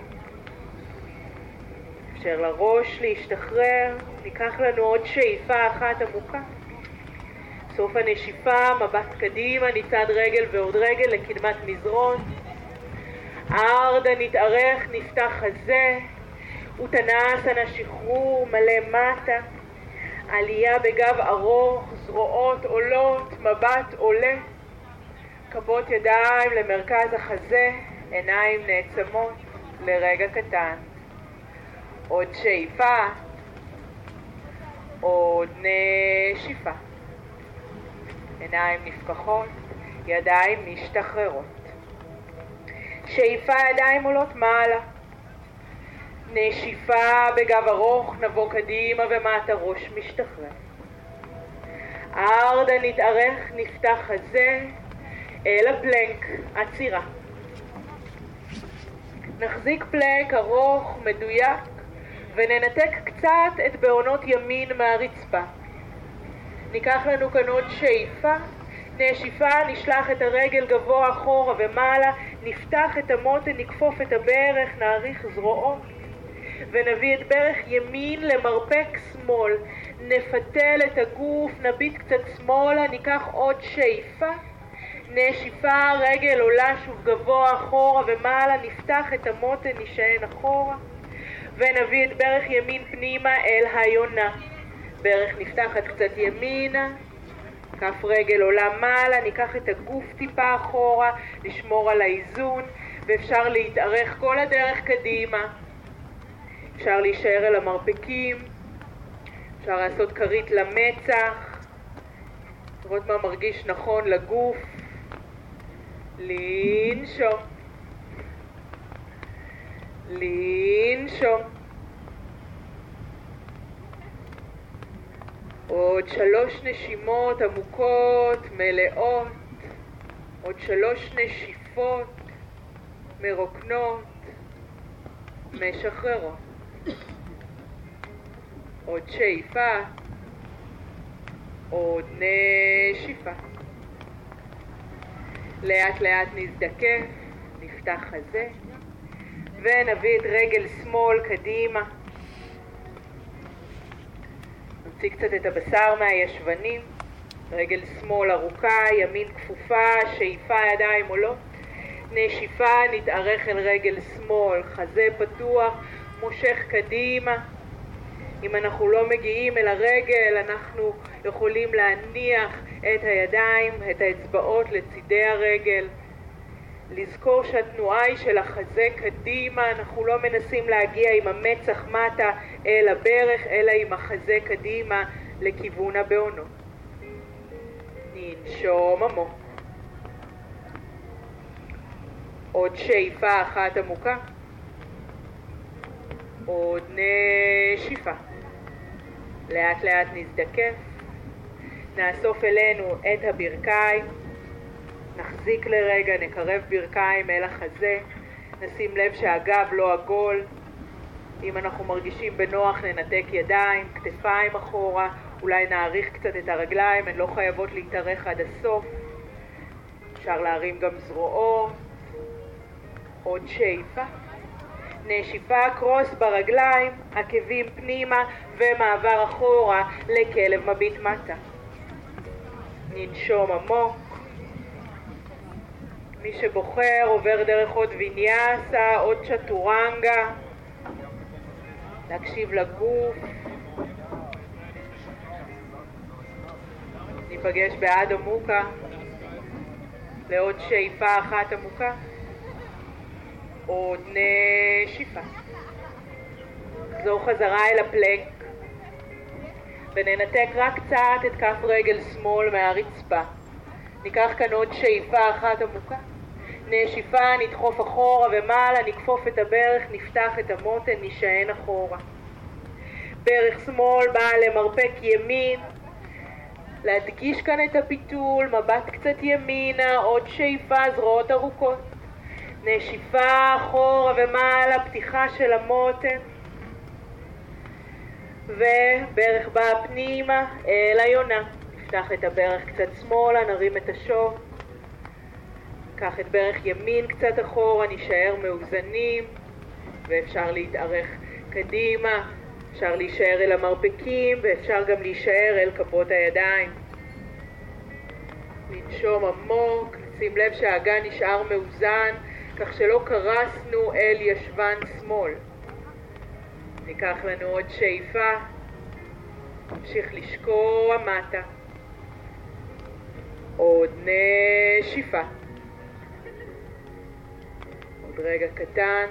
אפשר לראש להשתחרר. ניקח לנו עוד שאיפה אחת עמוקה. סוף הנשיפה, מבט קדימה, ניצד רגל ועוד רגל לקדמת מזרון. ארדה נתארך, נפתח חזה. אוטנסנה, שחרור מלא מטה. עלייה בגב ארוך, זרועות עולות, מבט עולה. כפות ידיים למרכז החזה, עיניים נעצמות לרגע קטן. עוד שאיפה. עוד נשיפה. עיניים נפקחות, ידיים משתחררות. שאיפה, ידיים עולות מעלה. נשיפה בגב ארוך, נבוא קדימה ומטה, ראש משתחרר. ארדה נתארך, נפתח חזה אל הפלנק, עצירה. נחזיק פלנק ארוך, מדויק, וננתק קצת את בעונות ימין מהרצפה. ניקח לנו כאן עוד שאיפה. נשיפה, נשלח את הרגל גבוה אחורה ומעלה, נפתח את המותן, נכפוף את הברך, נאריך זרועות, ונביא את ברך ימין למרפק שמאל. נפתל את הגוף, נביט קצת שמאלה, ניקח עוד שאיפה. נשיפה, רגל עולה שוב גבוה אחורה ומעלה, נפתח את המותן, נשען אחורה, ונביא את ברך ימין פנימה אל היונה. ברך נפתחת קצת ימינה, כף רגל עולה מעלה, ניקח את הגוף טיפה אחורה, לשמור על האיזון, ואפשר להתארך כל הדרך קדימה. אפשר להישאר אל המרפקים, אפשר לעשות כרית למצח, לראות מה מרגיש נכון לגוף. לנשום. לנשום. עוד 3 נשימות עמוקות, מלאות. עוד 3 נשיפות, מרוקנות, משחררות. עוד שאיפה. עוד נשיפה. לאט לאט נזדקף, נפתח חזה, ונביא את רגל שמאל קדימה. נוציא קצת את הבשר מהישבנים, רגל שמאל ארוכה, ימין כפופה, שאיפה ידיים עולות, נשיפה, נתארך אל רגל שמאל, חזה פתוח, מושך קדימה. אם אנחנו לא מגיעים אל הרגל, אנחנו יכולים להניח את הידיים, את האצבעות לצידי הרגל. לזכור שהתנועה היא של החזה קדימה, אנחנו לא מנסים להגיע עם המצח מטה אל הברך, אלא עם החזה קדימה לכיוון הבעונות. ננשום עמוק. עוד שאיפה אחת עמוקה. עוד נשיפה. לאט לאט נזדקף. נאסוף אלינו את הברכיים. נחזיק לרגע, נקרב ברכיים אל החזה. נשים לב שהגב לא עגול. אם אנחנו מרגישים בנוח ננתק ידיים, כתפיים אחורה. אולי נעריך קצת את הרגליים, הן לא חייבות להתארך עד הסוף. אפשר להרים גם זרועות. עוד שאיפה. נשיפה, קרוס ברגליים, עקבים פנימה ומעבר אחורה לכלב מביט מטה. ננשום עמוק. מי שבוחר עובר דרך עוד ויניאסה, עוד צ'טורנגה. להקשיב לגוף. ניפגש באדו מוקה לעוד שאיפה אחת עמוקה. עוד נשיפה. נחזור חזרה אל הפלנק וננתק רק קצת את כף רגל שמאל מהרצפה. ניקח כאן עוד שאיפה אחת עמוקה. נשיפה, נדחוף אחורה ומעלה, נכפוף את הברך, נפתח את המותן, נשען אחורה. ברך שמאל באה למרפק ימין. להדגיש כאן את הפיתול, מבט קצת ימינה, עוד שאיפה, זרועות ארוכות. נשיפה אחורה ומעלה, פתיחה של המותן. וברך באה פנימה אל היונה. נפתח את הברך קצת שמאלה, נרים את השוק. ניקח את ברך ימין קצת אחורה, נשאר מאוזנים. ואפשר להתארך קדימה. אפשר להישאר אל המרפקים ואפשר גם להישאר אל כפות הידיים. לנשום עמוק, שים לב שהאגן נשאר מאוזן, כך שלא קרסנו אל ישבן שמאל. ניקח לנו עוד שאיפה, נמשיך לשקוע מטה. עוד נשיפה. עוד רגע קטן.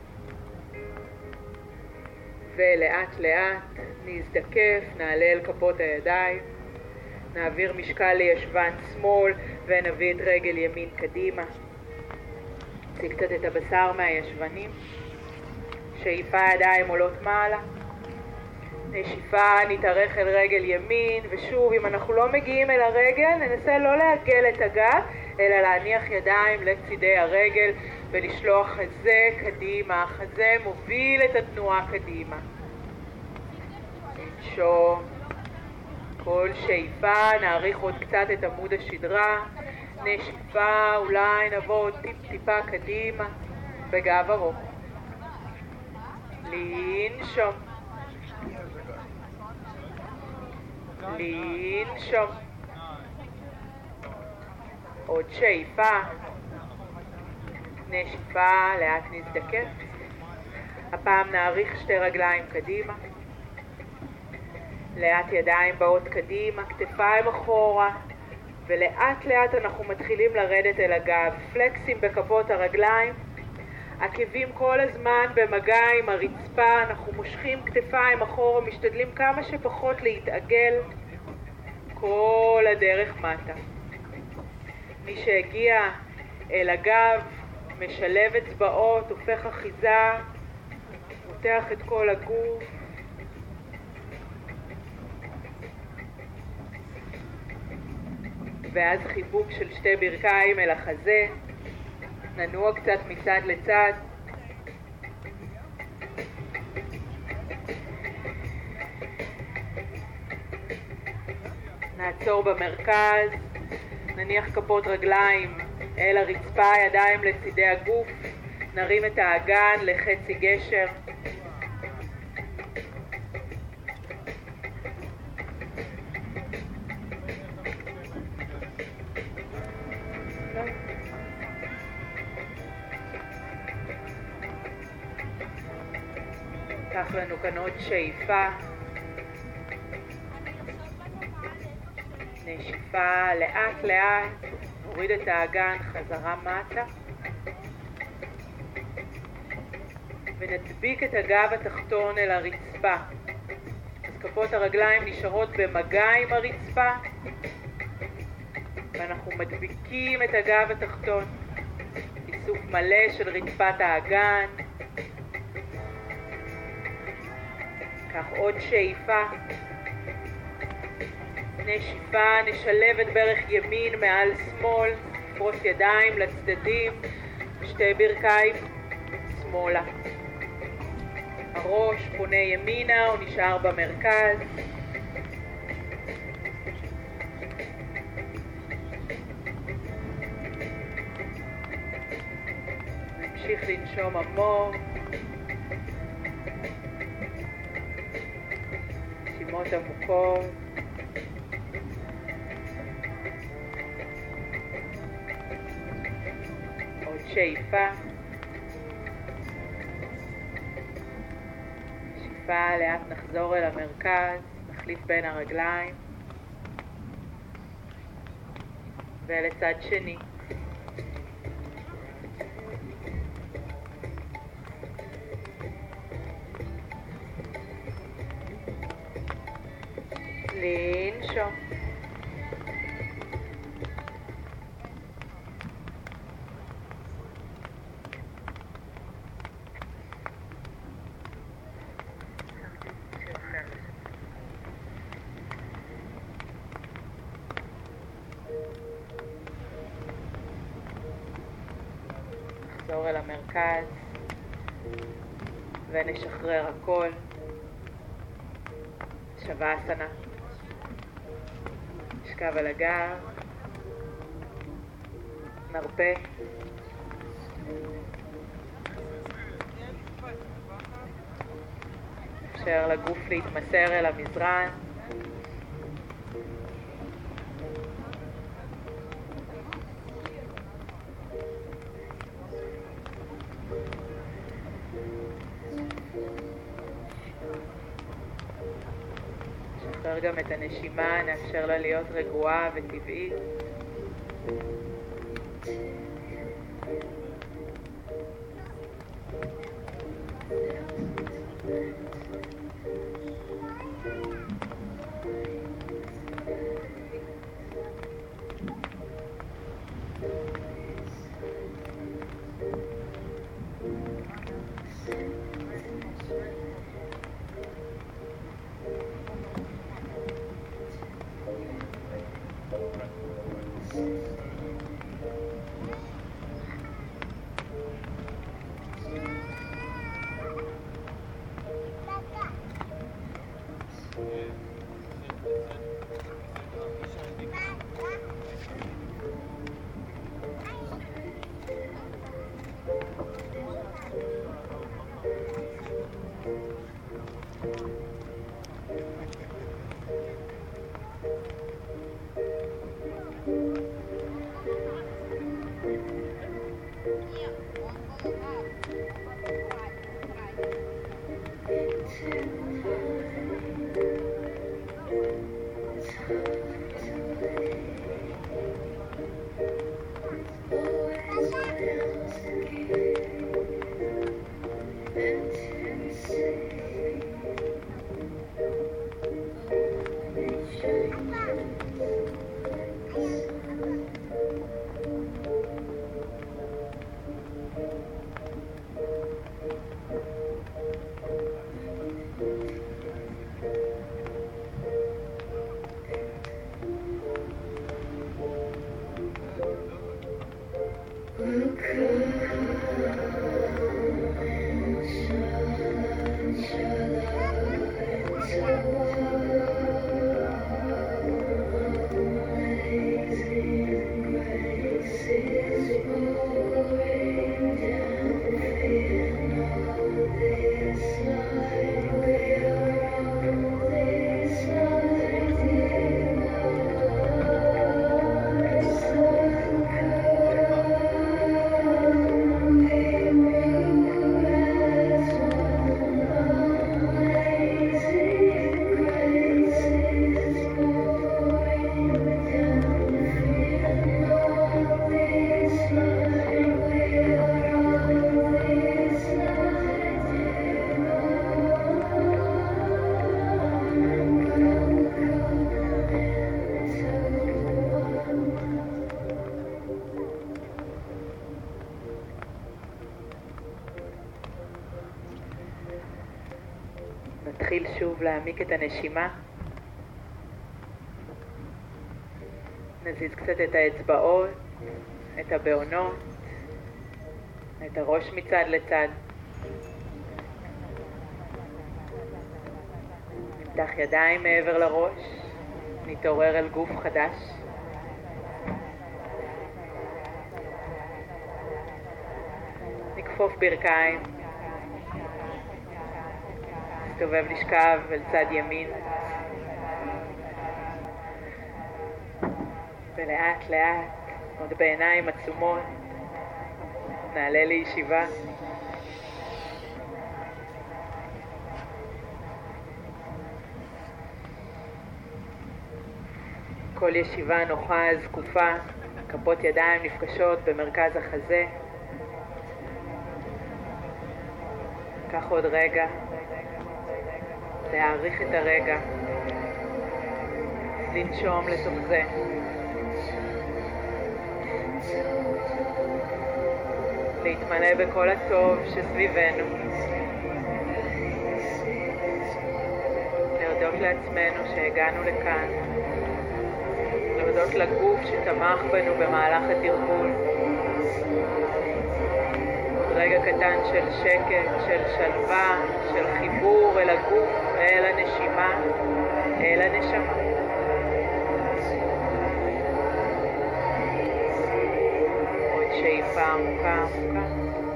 ולאט לאט נזדקף, נעלה אל כפות הידיים, נעביר משקל לישבן שמאל ונביא את רגל ימין קדימה. נוציא קצת את הבשר מהישבנים. שאיפה ידיים עולות מעלה. נשיפה, נתארך אל רגל ימין, ושוב אם אנחנו לא מגיעים אל הרגל ננסה לא לעגל את הגב אלא להניח ידיים לצידי הרגל ולשלוח חזה קדימה. החזה מוביל את התנועה קדימה. ננשום. כל שאיפה נעריך עוד קצת את עמוד השדרה. נשיפה, אולי נבוא עוד טיפה קדימה בגב ארוך. לנשום. לנשום. עוד שאיפה. נשיפה, לאט נזדקף. הפעם נעריך שתי רגליים קדימה. לאט ידיים באות קדימה, כתפיים אחורה. ולאט לאט אנחנו מתחילים לרדת אל הגב. פלקסים בכפות הרגליים. עקבים כל הזמן במגע עם הרצפה. אנחנו מושכים כתפיים אחורה, משתדלים כמה שפחות להתעגל. כל הדרך מטה. מי שהגיע אל הגב, משלב אצבעות, הופך אחיזה, מותח את כל הגוף. ואז חיבוק של שתי ברכיים אל החזה. ננוע קצת מצד לצד. נעצור במרכז. נניח כפות רגליים אל הרצפה, ידיים לצידי הגוף, נרים את האגן לחצי גשר. קח לנו כאן עוד שאיפה, נשיפה, לאט לאט, נוריד את האגן חזרה מטה, ונדביק את הגב התחתון אל הרצפה. אז כפות הרגליים נשארות במגע עם הרצפה, ואנחנו מדביקים את הגב התחתון, איסוף מלא של רצפת האגן. קח עוד שאיפה, נשיפה, נשלב את ברך ימין מעל שמאל, פרוס ידיים לצדדים, שתי ברכיים שמאלה. הראש פונה ימינה או נשאר במרכז. נמשיך לנשום עמוק. נשימות עמוקות. עוד שאיפה. שאיפה, לאט נחזור אל המרכז, נחליף בין הרגליים. ולצד שני. לנשום. נחזור אל המרכז ונשחרר הכל. שבאסנה. נשכב על הגב, נרפה, נאפשר לגוף להתמסר אל המזרן. נשחרר גם את הנשימה, נאפשר לה להיות רגועה וטבעית. נתחיל שוב להעמיק את הנשימה. נזיז קצת את האצבעות, את הבעונות, את הראש מצד לצד. נמתח ידיים מעבר לראש, נתעורר אל גוף חדש. נכפוף ברכיים, נסתובב לשכב אל צד ימין, ולאט לאט, עוד בעיניים עצומות, נעלה לישיבה. כל ישיבה נוחה זקופה, כפות ידיים נפגשות במרכז החזה. קח עוד רגע, להעריך את הרגע, לנשום לתוך זה. להתמלא בכל הטוב שסביבנו. להודות לעצמנו שהגענו לכאן. להודות לגוף שתמך בנו במהלך התרגול. עוד רגע קטן של שקט, של שלווה, של חיבור אל הגוף, אל הנשימה, אל הנשמה. עוד שאיפה עמוקה עמוקה.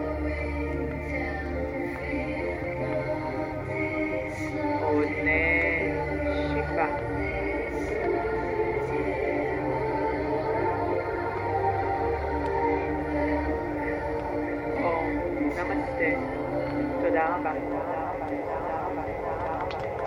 עוד נשיפה. נמסטה. תודה רבה.